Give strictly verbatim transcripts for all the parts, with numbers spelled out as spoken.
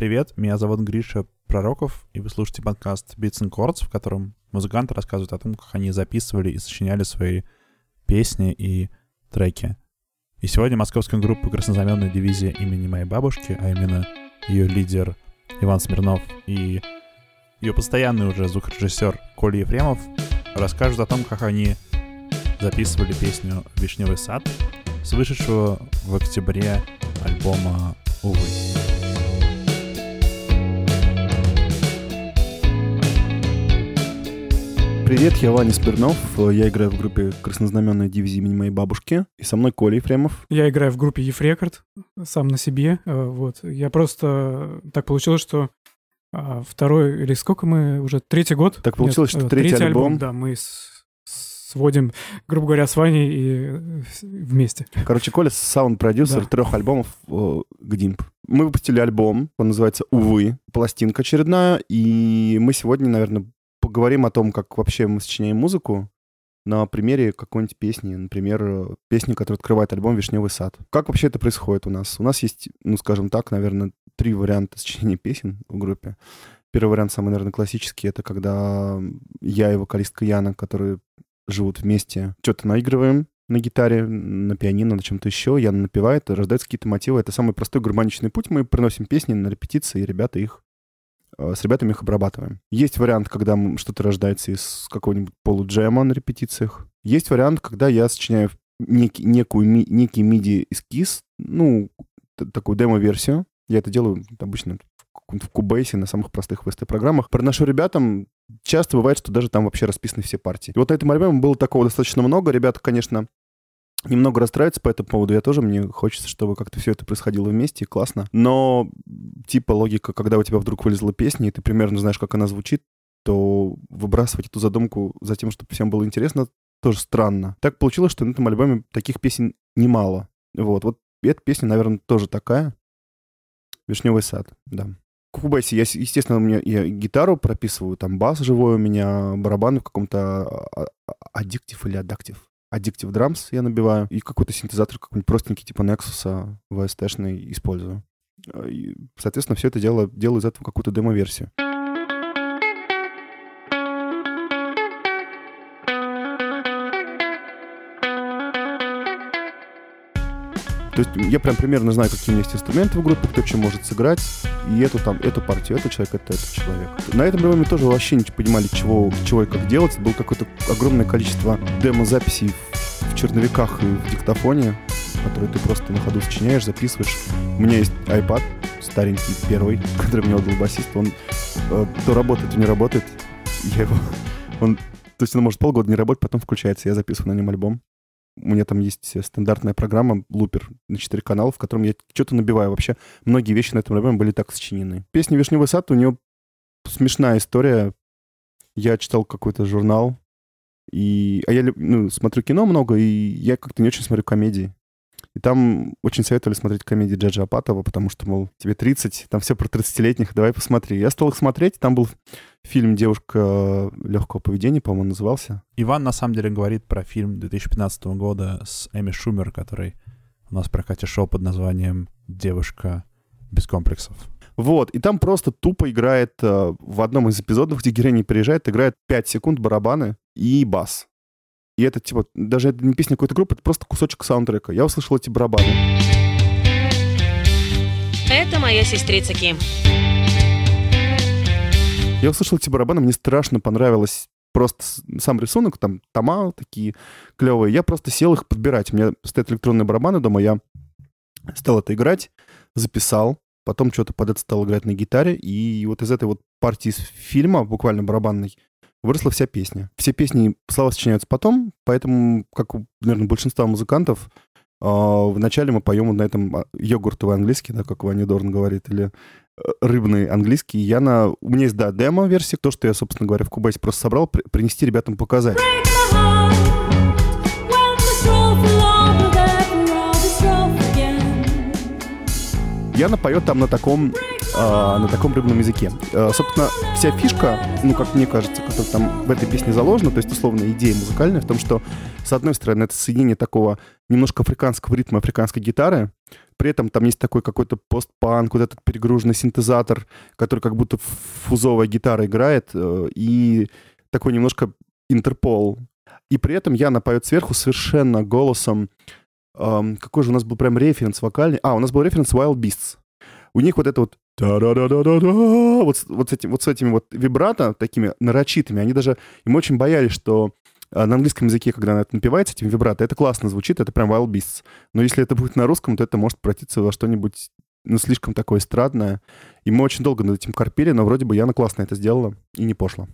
привет, меня зовут Гриша Пророков, и вы слушаете подкаст Beats and Chords, в котором музыканты рассказывают о том, как они записывали и сочиняли свои песни и треки. И сегодня московская группа «Краснознаменная дивизия» имени моей бабушки, а именно ее лидер Иван Смирнов и ее постоянный уже звукорежиссер Коля Ефремов расскажут о том, как они записывали песню «Вишневый сад» с вышедшего в октябре альбома «Увы». Привет, я Ваня Смирнов, я играю в группе «Краснознаменная дивизия» имени моей бабушки, и со мной Коля Ефремов. Я играю в группе Ефрекорд, сам на себе, вот. Я просто... Так получилось, что второй, или сколько мы уже, третий год? Так получилось, Нет, что третий, третий альбом. альбом, да, мы с... сводим, грубо говоря, с Ваней и вместе. Короче, Коля — саунд-продюсер да. трех альбомов ГДИМП. Мы выпустили альбом, он называется «Увы», пластинка очередная, и мы сегодня, наверное, поговорим о том, как вообще мы сочиняем музыку на примере какой-нибудь песни, например, песни, которая открывает альбом «Вишневый сад». Как вообще это происходит у нас? У нас есть, ну, скажем так, наверное, три варианта сочинения песен в группе. Первый вариант, самый, наверное, классический, это когда я и вокалистка Яна, которые живут вместе, что-то наигрываем на гитаре, на пианино, на чем-то еще, Яна напевает, рождаются какие-то мотивы. Это самый простой гармоничный путь. Мы приносим песни на репетиции, и ребята их с ребятами их обрабатываем. Есть вариант, когда что-то рождается из какого-нибудь полуджема на репетициях. Есть вариант, когда я сочиняю некий, некую, некий миди-эскиз, ну, такую демо-версию. Я это делаю обычно в, в Cubase, на самых простых ви эс ти-программах. Приношу ребятам. Часто бывает, что даже там вообще расписаны все партии. И вот на этом альбоме было такого достаточно много. Ребята, конечно, немного расстраиваются по этому поводу. Я тоже, мне хочется, чтобы как-то все это происходило вместе, классно. Но типа логика, когда у тебя вдруг вылезла песня, и ты примерно знаешь, как она звучит, то выбрасывать эту задумку за тем, чтобы всем было интересно, тоже странно. Так получилось, что на этом альбоме таких песен немало. Вот, вот эта песня, наверное, тоже такая. «Вишневый сад», да. В Cubase я, естественно, у меня я гитару прописываю, там бас живой у меня, барабаны в каком-то аддиктив или аддактив. Addictive Drums я набиваю, и какой-то синтезатор какой-нибудь простенький, типа Nexus ви эс ти-шный использую. И, соответственно, все это дело, делаю из этого какую-то демо-версию. То есть я прям примерно знаю, какие у меня есть инструменты в группе, кто чем может сыграть, и эту там, эту партию, этот человек, это этот человек. На этом альбоме тоже вообще не понимали, чего, чего и как делать. Было какое-то огромное количество демо-записей в, в черновиках и в диктофоне, которые ты просто на ходу сочиняешь, записываешь. У меня есть iPad старенький, первый, который мне отдал басист. Он э, то работает, то не работает. Я его... Он, то есть он может полгода не работать, потом включается, я записываю на нем альбом. У меня там есть стандартная программа, лупер на четыре канала, в котором я что-то набиваю. Вообще, многие вещи на этом альбоме были так сочинены. Песня «Вишневый сад», у нее смешная история. Я читал какой-то журнал, и... а я ну, смотрю кино много, и я как-то не очень смотрю комедии. И там очень советовали смотреть комедии Джаджи Апатова, потому что, мол, тебе тридцать, там все про тридцатилетних, давай посмотри. Я стал их смотреть, там был фильм «Девушка легкого поведения», по-моему, назывался. Иван, на самом деле, говорит про фильм две тысячи пятнадцатого года с Эми Шумер, который у нас в прокате шоу под названием «Девушка без комплексов». Вот, и там просто тупо играет, в одном из эпизодов, где героиня приезжает, играет пять секунд барабаны и бас. И это, типа, даже это не песня какой-то группы, это просто кусочек саундтрека. Я услышал эти барабаны. Это моя сестрица Ким. Я услышал эти барабаны, мне страшно понравилось просто сам рисунок, там тома такие клевые. Я просто сел их подбирать. У меня стоят электронные барабаны дома, я стал это играть, записал, потом что-то под это стал играть на гитаре, и вот из этой вот партии из фильма, буквально барабанной, выросла вся песня. Все песни, слова сочиняются потом, поэтому, как у, наверное, большинства музыкантов, э, вначале мы поем на этом йогуртовый английский, да, как Ваня Дорн говорит, или рыбный английский. Я на... У меня есть, да, демо-версия, то, что я, собственно говоря, в Cubase просто собрал, при... принести ребятам показать. Яна поет там на таком, э, на таком рыбном языке. Э, собственно, вся фишка, ну, как мне кажется, которая там в этой песне заложена, то есть, условно, идея музыкальная в том, что, с одной стороны, это соединение такого немножко африканского ритма, африканской гитары, При этом там есть такой какой-то постпанк, вот этот перегруженный синтезатор, который как будто фузовая гитара играет, и такой немножко интерпол. И при этом Яна поет сверху совершенно голосом. Эм, какой же у нас был прям референс вокальный? А, у нас был референс Wild Beasts. У них вот это вот та-да-да-да-да-да, вот, вот, с этим, вот с этими вот вибрато, такими нарочитыми, они даже, им очень боялись, что на английском языке, когда это напевается, этим вибрато, это классно звучит, это прям Wild Beasts. Но если это будет на русском, то это может превратиться во что-нибудь, ну, слишком такое эстрадное. И мы очень долго над этим корпели, но вроде бы Яна классно это сделала и не пошло.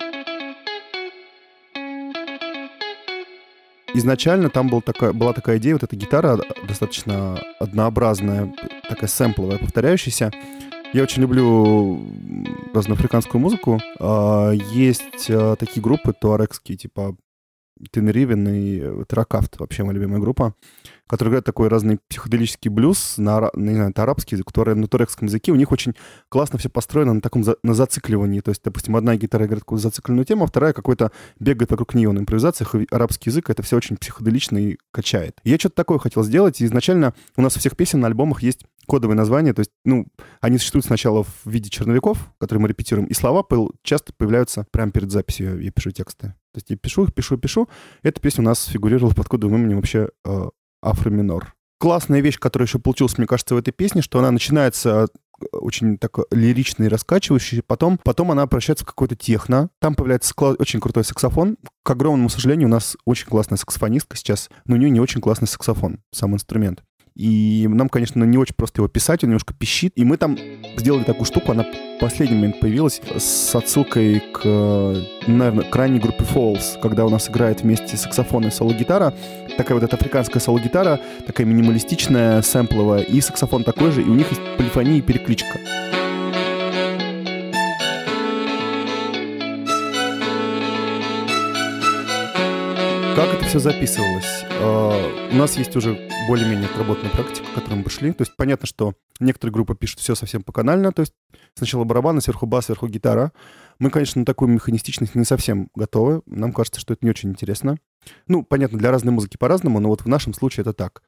Изначально там был такая, была такая идея, вот эта гитара достаточно однообразная, такая сэмпловая, повторяющаяся. Я очень люблю разную африканскую музыку. Есть такие группы туарегские, типа Тенеривен и Терракафт, вообще моя любимая группа, которые играют такой разный психоделический блюз на, не знаю, это арабский язык, который на турецком языке. У них очень классно все построено на таком за, на зацикливании. То есть, допустим, одна гитара играет какую-то зацикленную тему, а вторая какой-то бегает вокруг нее на импровизациях. И арабский язык — это все очень психоделично и качает. И я что-то такое хотел сделать. И изначально у нас у всех песен на альбомах есть кодовые названия. То есть, ну, они существуют сначала в виде черновиков, которые мы репетируем, и слова часто появляются прямо перед записью. Я пишу тексты. То есть я пишу их, пишу, пишу. Эта песня у нас фигурировала под кодовым именем вообще э, Афро Минор. Классная вещь, которая еще получилась, мне кажется, в этой песне, что она начинается очень так лирично и раскачивающей, потом, потом она превращается в какой-то техно. Там появляется кла- очень крутой саксофон. К огромному сожалению, у нас очень классная саксофонистка сейчас, но у нее не очень классный саксофон, сам инструмент. И нам, конечно, не очень просто его писать, он немножко пищит. И мы там сделали такую штуку, она в последний момент появилась с отсылкой к, наверное, к ранней группе Falls, когда у нас играет вместе саксофон и соло-гитара. Такая вот эта африканская соло-гитара, такая минималистичная, сэмпловая, и саксофон такой же, и у них есть полифония и перекличка. Как это все записывалось? Uh, у нас есть уже более-менее отработанная практика, к которой мы пришли. То есть понятно, что некоторые группы пишут все совсем поканально. То есть сначала барабаны, сверху бас, сверху гитара. Мы, конечно, на такую механистичность не совсем готовы. Нам кажется, что это не очень интересно. Ну, понятно, для разной музыки по-разному, но вот в нашем случае это так.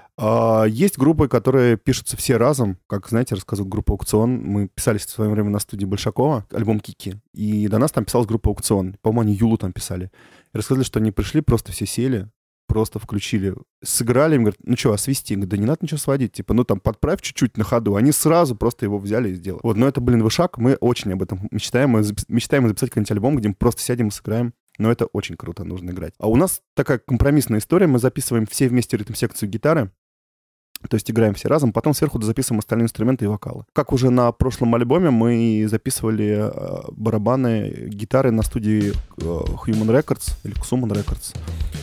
Uh, есть группы, которые пишутся все разом. Как, знаете, рассказывает группа «Аукцион». Мы писались в свое время на студии Большакова, альбом «Кики». И до нас там писалась группа «Аукцион». По-моему, они Юлу там писали. И рассказали, что они пришли, просто все сели, просто включили, сыграли, им говорят, ну что, а свести? Говорят, да не надо ничего сводить, типа, ну там подправь чуть-чуть на ходу. Они сразу просто его взяли и сделали. Вот, но это, блин, вышаг, мы очень об этом мечтаем. Мы мечтаем записать какой-нибудь альбом, где мы просто сядем и сыграем. Но это очень круто, нужно играть. А у нас такая компромиссная история, мы записываем все вместе ритм-секцию гитары, то есть играем все разом, потом сверху записываем остальные инструменты и вокалы. Как уже на прошлом альбоме мы записывали э, барабаны, гитары на студии э, Human Records, или Ксуман Records,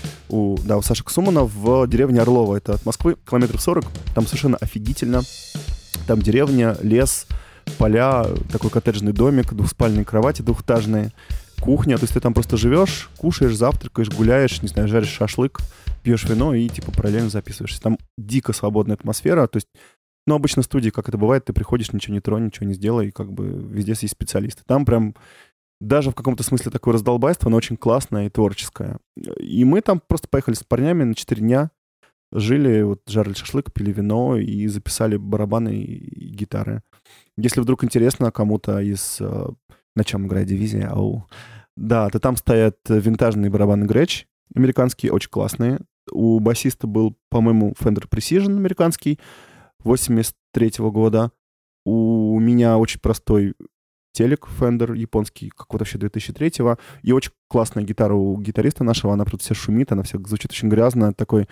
у, да, у Саши Ксумана в деревне Орлова. Это от Москвы километров сорок. Там совершенно офигительно. Там деревня, лес, поля, такой коттеджный домик, двухспальные кровати двухэтажные, кухня. То есть ты там просто живешь, кушаешь, завтракаешь, гуляешь, не знаю, жаришь шашлык, пьешь вино и, типа, параллельно записываешься. Там дико свободная атмосфера. То есть, ну, обычно в студии, как это бывает, ты приходишь, ничего не тронь, ничего не сделай, и как бы везде есть специалисты. Там прям даже в каком-то смысле такое раздолбайство, но очень классное и творческое. И мы там просто поехали с парнями на четыре дня, жили, вот, жарили шашлык, пили вино и записали барабаны и гитары. Если вдруг интересно кому-то из... На чем играет дивизия? Ау. Да, то там стоят винтажные барабаны Gretsch, американские, очень классные. У басиста был, по-моему, Fender Precision американский, восемьдесят третьего года. У меня очень простой телек Fender японский, какого-то вообще две тысячи третьего. И очень классная гитара у гитариста нашего, она просто вся шумит, она вся звучит очень грязно. Такой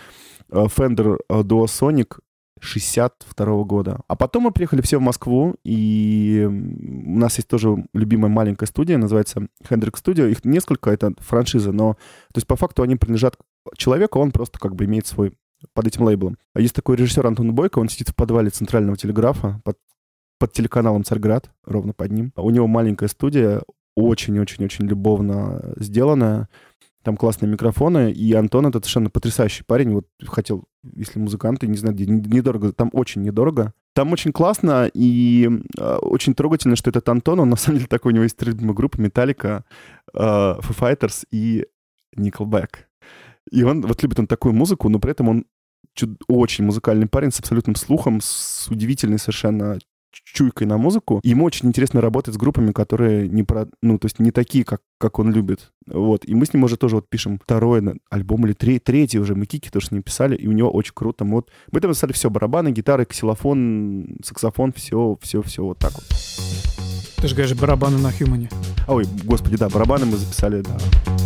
Fender Duosonic шестьдесят второго года. А потом мы приехали все в Москву, и у нас есть тоже любимая маленькая студия, называется Hendrix Studio. Их несколько, это франшиза, но то есть по факту они принадлежат человеку, он просто как бы имеет свой под этим лейблом. А есть такой режиссер Антон Бойко, он сидит в подвале Центрального телеграфа под, под телеканалом «Царьград», ровно под ним. У него маленькая студия, очень-очень-очень любовно сделанная. Там классные микрофоны, и Антон этот совершенно потрясающий парень. Вот хотел, если музыканты, не знаю, где, недорого, там очень недорого. Там очень классно и э, очень трогательно, что этот Антон, он на самом деле такой, у него есть любимая группа Metallica, э, Foo Fighters и Nickelback. И он, вот любит он такую музыку, но при этом он чуд- очень музыкальный парень с абсолютным слухом, с удивительной совершенно чуйкой на музыку. Ему очень интересно работать с группами, которые не про, ну, то есть не такие, как, как он любит. Вот. И мы с ним уже тоже вот пишем второй альбом или третий, третий уже. Мы кики тоже с ним писали, и у него очень круто. Мы, вот, мы там написали все: барабаны, гитары, ксилофон, саксофон, все, все, все вот так вот. Ты же говоришь, барабаны на Хьюмане. Ой, господи, да, барабаны мы записали, да.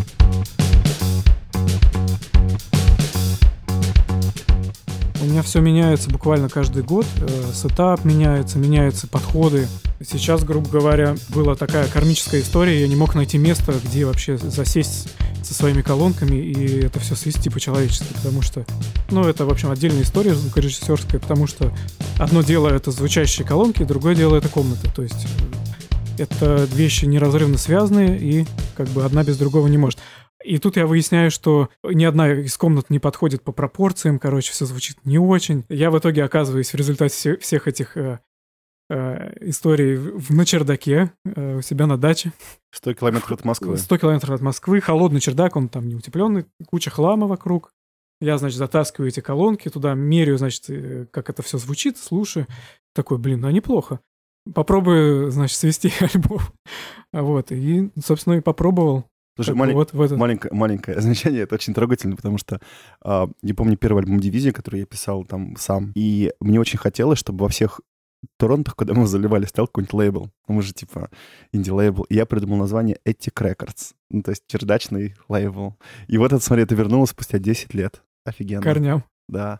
У меня все меняется буквально каждый год. Сетап меняется, меняются подходы. Сейчас, грубо говоря, была такая кармическая история. Я не мог найти место, где вообще засесть со своими колонками и это все свести по-человечески, потому что, ну, это, в общем, отдельная история звукорежиссерская, потому что одно дело — это звучащие колонки, другое дело — это комната. То есть это вещи неразрывно связанные, и как бы одна без другого не может. И тут я выясняю, что ни одна из комнат не подходит по пропорциям, короче, все звучит не очень. Я в итоге оказываюсь в результате все, всех этих э, э, историй в, на чердаке э, у себя на даче. сто километров от Москвы. сто километров от Москвы, холодный чердак, он там не утепленный, куча хлама вокруг. Я, значит, затаскиваю эти колонки туда, меряю, значит, как это все звучит, слушаю. Такой, блин, ну неплохо. Попробую, значит, свести альбом. Вот, и, собственно, и попробовал. Слушай, малень... вот маленькое, маленькое замечание, это очень трогательно, потому что э, я помню первый альбом «Дивизия», который я писал там сам, и мне очень хотелось, чтобы во всех торрентах, куда мы заливали, стоял какой-нибудь лейбл. Мы же типа инди-лейбл. И я придумал название Attic Records, ну, то есть чердачный лейбл. И вот это, смотри, это вернулось спустя десять лет. Офигенно. Корням. Да.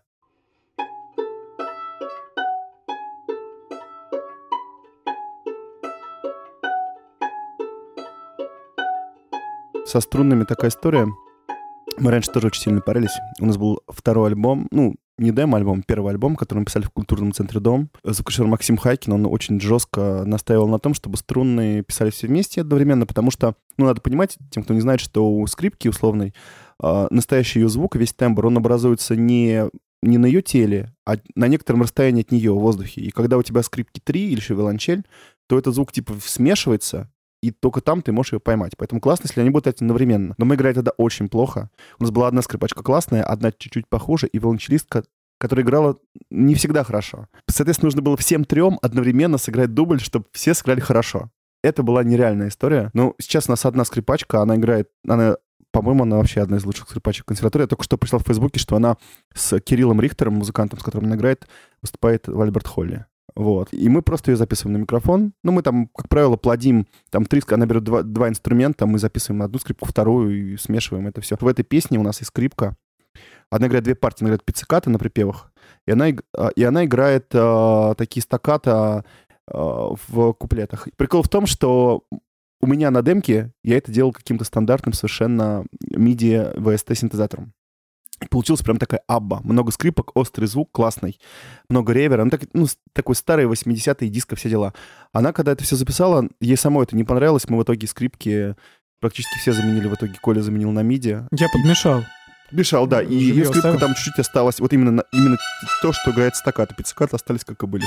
Со струнными такая история. Мы раньше тоже очень сильно парились. У нас был второй альбом, ну, не демо-альбом, первый альбом, который мы писали в культурном центре «Дом». Звукорежиссер Максим Хайкин, он очень жестко настаивал на том, чтобы струны писали все вместе одновременно, потому что, ну, надо понимать, тем, кто не знает, что у скрипки условной э, настоящий ее звук, весь тембр, он образуется не, не на ее теле, а на некотором расстоянии от нее в воздухе. И когда у тебя скрипки три или еще виолончель, то этот звук типа смешивается, и только там ты можешь ее поймать. Поэтому классно, если они будут одновременно. Но мы играли тогда очень плохо. У нас была одна скрипачка классная, одна чуть-чуть похуже, и виолончелистка, которая играла не всегда хорошо. Соответственно, нужно было всем трем одновременно сыграть дубль, чтобы все сыграли хорошо. Это была нереальная история. Но сейчас у нас одна скрипачка, она играет... Она, по-моему, она вообще одна из лучших скрипачек консерватории. Я только что прочитал в Фейсбуке, что она с Кириллом Рихтером, музыкантом, с которым она играет, выступает в Альберт-Холле. Вот. И мы просто ее записываем на микрофон. Ну, мы там, как правило, плодим, там три, она берет два, два инструмента, мы записываем одну скрипку, вторую и смешиваем это все. В этой песне у нас есть скрипка. Она играет две партии, она играет пиццикаты на припевах, и она, и она играет э, такие стаккато э, в куплетах. Прикол в том, что у меня на демке я это делал каким-то стандартным совершенно миди ви эс ти-синтезатором. Получилась прям такая абба. Много скрипок, острый звук, классный. Много ревера. Ну, так, ну такой старый восьмидесятые диско, все дела. Она, когда это все записала, ей самой это не понравилось. Мы в итоге скрипки практически все заменили. В итоге Коля заменил на миди. Я подмешал. Подмешал, да. И, и скрипка оставил. Там чуть-чуть осталась. Вот именно, именно то, что играет стаккато. Пиццикаты остались, как и были.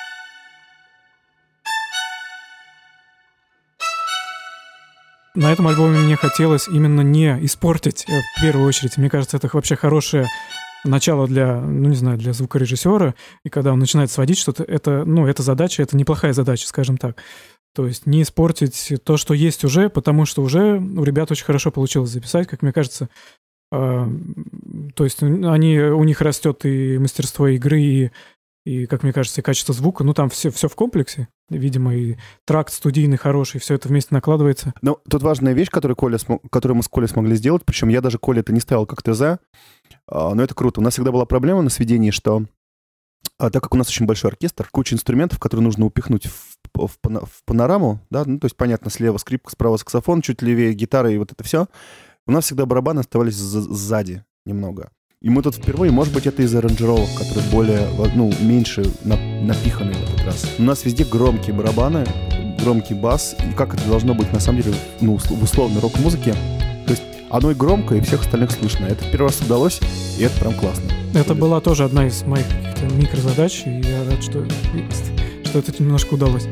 На этом альбоме мне хотелось именно не испортить, в первую очередь. Мне кажется, это вообще хорошее начало для, ну, не знаю, для звукорежиссера. И когда он начинает сводить что-то, это, ну, эта задача, это неплохая задача, скажем так. То есть не испортить то, что есть уже, потому что уже у ребят очень хорошо получилось записать, как мне кажется. Э, то есть они, у них растет и мастерство игры, и, и, как мне кажется, и качество звука. Ну, там все, все в комплексе. Видимо, и тракт студийный хороший, все это вместе накладывается. Ну, тут важная вещь, которую, Коля смог, которую мы с Колей смогли сделать, причем я даже Коле это не ставил как ТЗ, но это круто. У нас всегда была проблема на сведении, что так как у нас очень большой оркестр, куча инструментов, которые нужно упихнуть в, в, в панораму, да, ну, то есть, понятно, слева скрипка, справа саксофон, чуть левее гитара и вот это все, у нас всегда барабаны оставались сзади немного. И мы тут впервые, может быть, это из аранжировок, которые более, ну, меньше напиханы в этот раз. У нас везде громкие барабаны, громкий бас, и как это должно быть, на самом деле, ну, в условной рок-музыке. То есть оно и громко, и всех остальных слышно. Это первый раз удалось, и это прям классно. Это была тоже одна из моих каких-то микрозадач, и я рад, что, что это немножко удалось.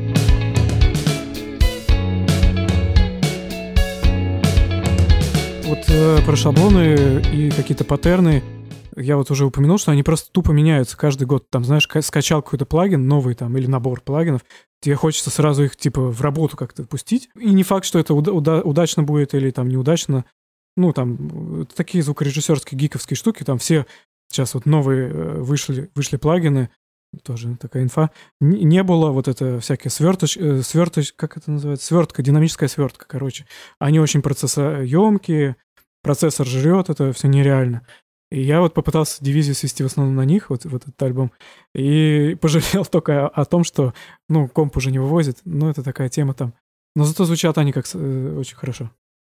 Вот э, про шаблоны и какие-то паттерны. Я вот уже упомянул, что они просто тупо меняются каждый год. Там, знаешь, скачал какой-то плагин новый там или набор плагинов, тебе хочется сразу их типа в работу как-то пустить. И не факт, что это уда- уда- удачно будет или там неудачно. Ну, там, такие звукорежиссерские гиковские штуки, там все сейчас вот новые вышли, вышли плагины, тоже такая инфа. Не, не было вот это всякие сверточ, сверточ, как это называется? Свертка, динамическая свертка, короче. Они очень процессоемкие, процессор жрет, это все нереально. И я вот попытался дивизию свести в основном на них, вот, вот этот альбом, и пожалел только о, о том, что, ну, комп уже не вывозит, ну, это такая тема там. Но зато звучат они как э, очень хорошо.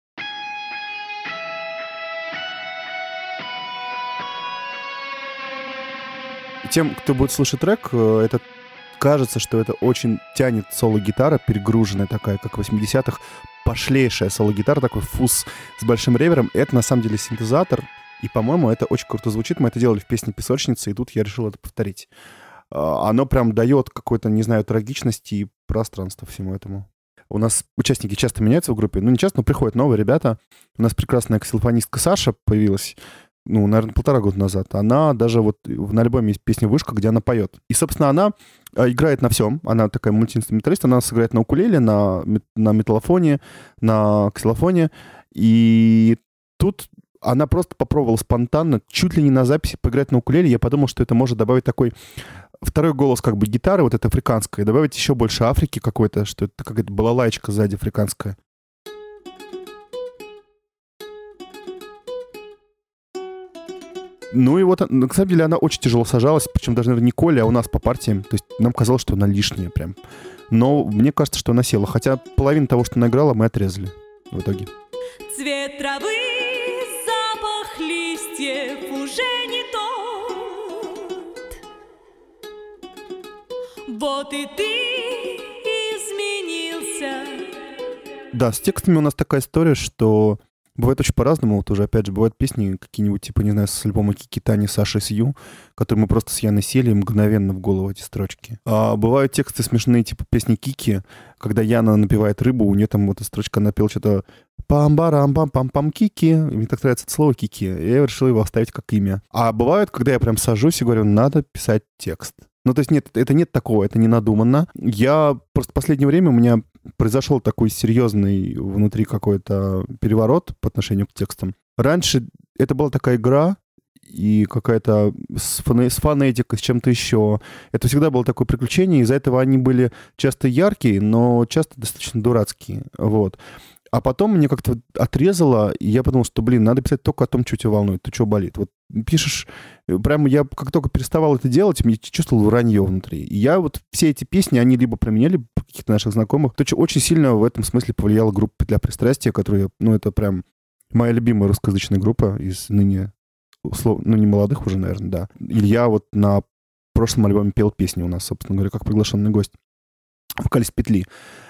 Тем, кто будет слушать трек, это кажется, что это очень тянет соло-гитара, перегруженная такая, как в восьмидесятых, пошлейшая соло-гитара, такой фуз с большим ревером. Это на самом деле синтезатор, и, по-моему, это очень круто звучит. Мы это делали в песне «Песочница», и тут я решил это повторить. Оно прям дает какой-то, не знаю, трагичности и пространства всему этому. У нас участники часто меняются в группе, ну не часто, но приходят новые ребята. У нас прекрасная ксилофонистка Саша появилась, ну, наверное, полтора года назад. Она даже вот на альбоме есть песня «Вышка», где она поет. И, собственно, она играет на всем. Она такая мультиинструменталист. Она сыграет на укулеле, на, на металлофоне, на ксилофоне. И тут она просто попробовала спонтанно, чуть ли не на записи, поиграть на укулеле. Я подумал, что это может добавить такой второй голос как бы гитары, вот этой африканской, и добавить еще больше Африки какой-то, что это какая-то балалайчка сзади африканская. Ну и вот, на самом деле, она очень тяжело сажалась, причем даже, наверное, не Коля, а у нас по партиям. То есть нам казалось, что она лишняя прям. Но мне кажется, что она села. Хотя половину того, что она играла, мы отрезали в итоге. Цвет травы, запах листьев уже не тот. Вот и ты изменился. Да, с текстами у нас такая история, что... Бывает очень по-разному. Вот уже, опять же, бывают песни какие-нибудь, типа, не знаю, с альбома Кики Тани, Саши Сью, которые мы просто с Яной сели, и мгновенно в голову эти строчки. А бывают тексты смешные, типа песни Кики, когда Яна напевает рыбу, у нее там вот эта строчка, она пела что-то пам-барам-пам-пам-пам Кики. И мне так нравится это слово Кики. И я решил его оставить как имя. А бывают, когда я прям сажусь и говорю, надо писать текст. Ну, то есть нет, это нет такого, это не надуманно. Я просто в последнее время у меня произошел такой серьезный внутри какой-то переворот по отношению к текстам. Раньше это была такая игра и какая-то с, фоне, с фонетикой, с чем-то еще. Это всегда было такое приключение, из-за этого они были часто яркие, но часто достаточно дурацкие. Вот. А потом мне как-то отрезало, и я подумал, что, блин, надо писать только о том, что тебя волнует, то, что болит. Вот пишешь, прямо я как только переставал это делать, мне чувствовал вранье внутри. И я вот все эти песни, они либо про меня, либо про каких-то наших знакомых. То, что очень сильно в этом смысле повлияла группа «Петля пристрастия», которая, ну, это прям моя любимая русскоязычная группа из ныне, услов... ну, не молодых уже, наверное, да. Илья вот на прошлом альбоме пел песни у нас, собственно говоря, как приглашенный гость. Вокалист «Петли».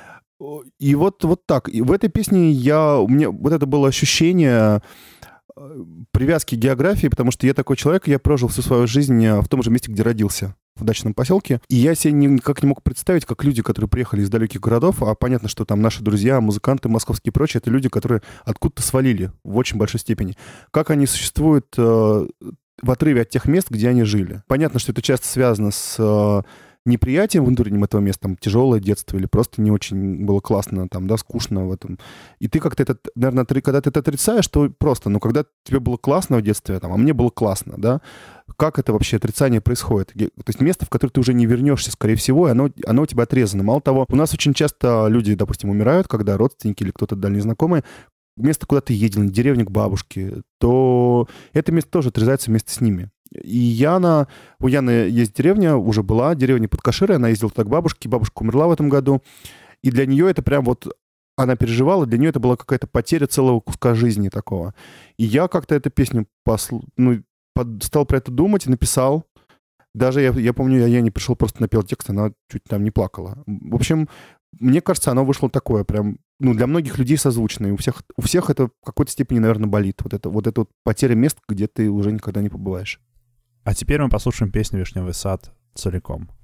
И вот, вот так. И в этой песне я, у меня вот это было ощущение привязки к географии, потому что я такой человек, я прожил всю свою жизнь в том же месте, где родился, в дачном поселке. И я себе никак не мог представить, как люди, которые приехали из далеких городов, а понятно, что там наши друзья, музыканты московские и прочие, это люди, которые откуда-то свалили в очень большой степени. Как они существуют э, в отрыве от тех мест, где они жили. Понятно, что это часто связано с... Э, неприятием внутренним этого места, там, тяжелое детство или просто не очень было классно, там, да, скучно в этом. И ты как-то это, наверное, когда ты это отрицаешь, то просто, ну, когда тебе было классно в детстве, там, а мне было классно, да, как это вообще отрицание происходит? То есть место, в которое ты уже не вернешься, скорее всего, и оно, оно у тебя отрезано. Мало того, у нас очень часто люди, допустим, умирают, когда родственники или кто-то дальний знакомый, место, куда ты едешь, деревня к бабушке, то это место тоже отрезается вместе с ними. И Яна, у Яны есть деревня, уже была деревня под Каширой, она ездила туда к бабушке, бабушка умерла в этом году, и для нее это прям вот, она переживала, для нее это была какая-то потеря целого куска жизни такого. И я как-то эту песню посл... ну, под... стал про это думать и написал. Даже я, я помню, я, я не пришел, просто напел текст, она чуть там не плакала. В общем, мне кажется, оно вышло такое прям, ну, для многих людей созвучное. У всех, у всех это в какой-то степени, наверное, болит. Вот это вот, это вот потеря мест, где ты уже никогда не побываешь. А теперь мы послушаем песню «Вишневый сад» целиком.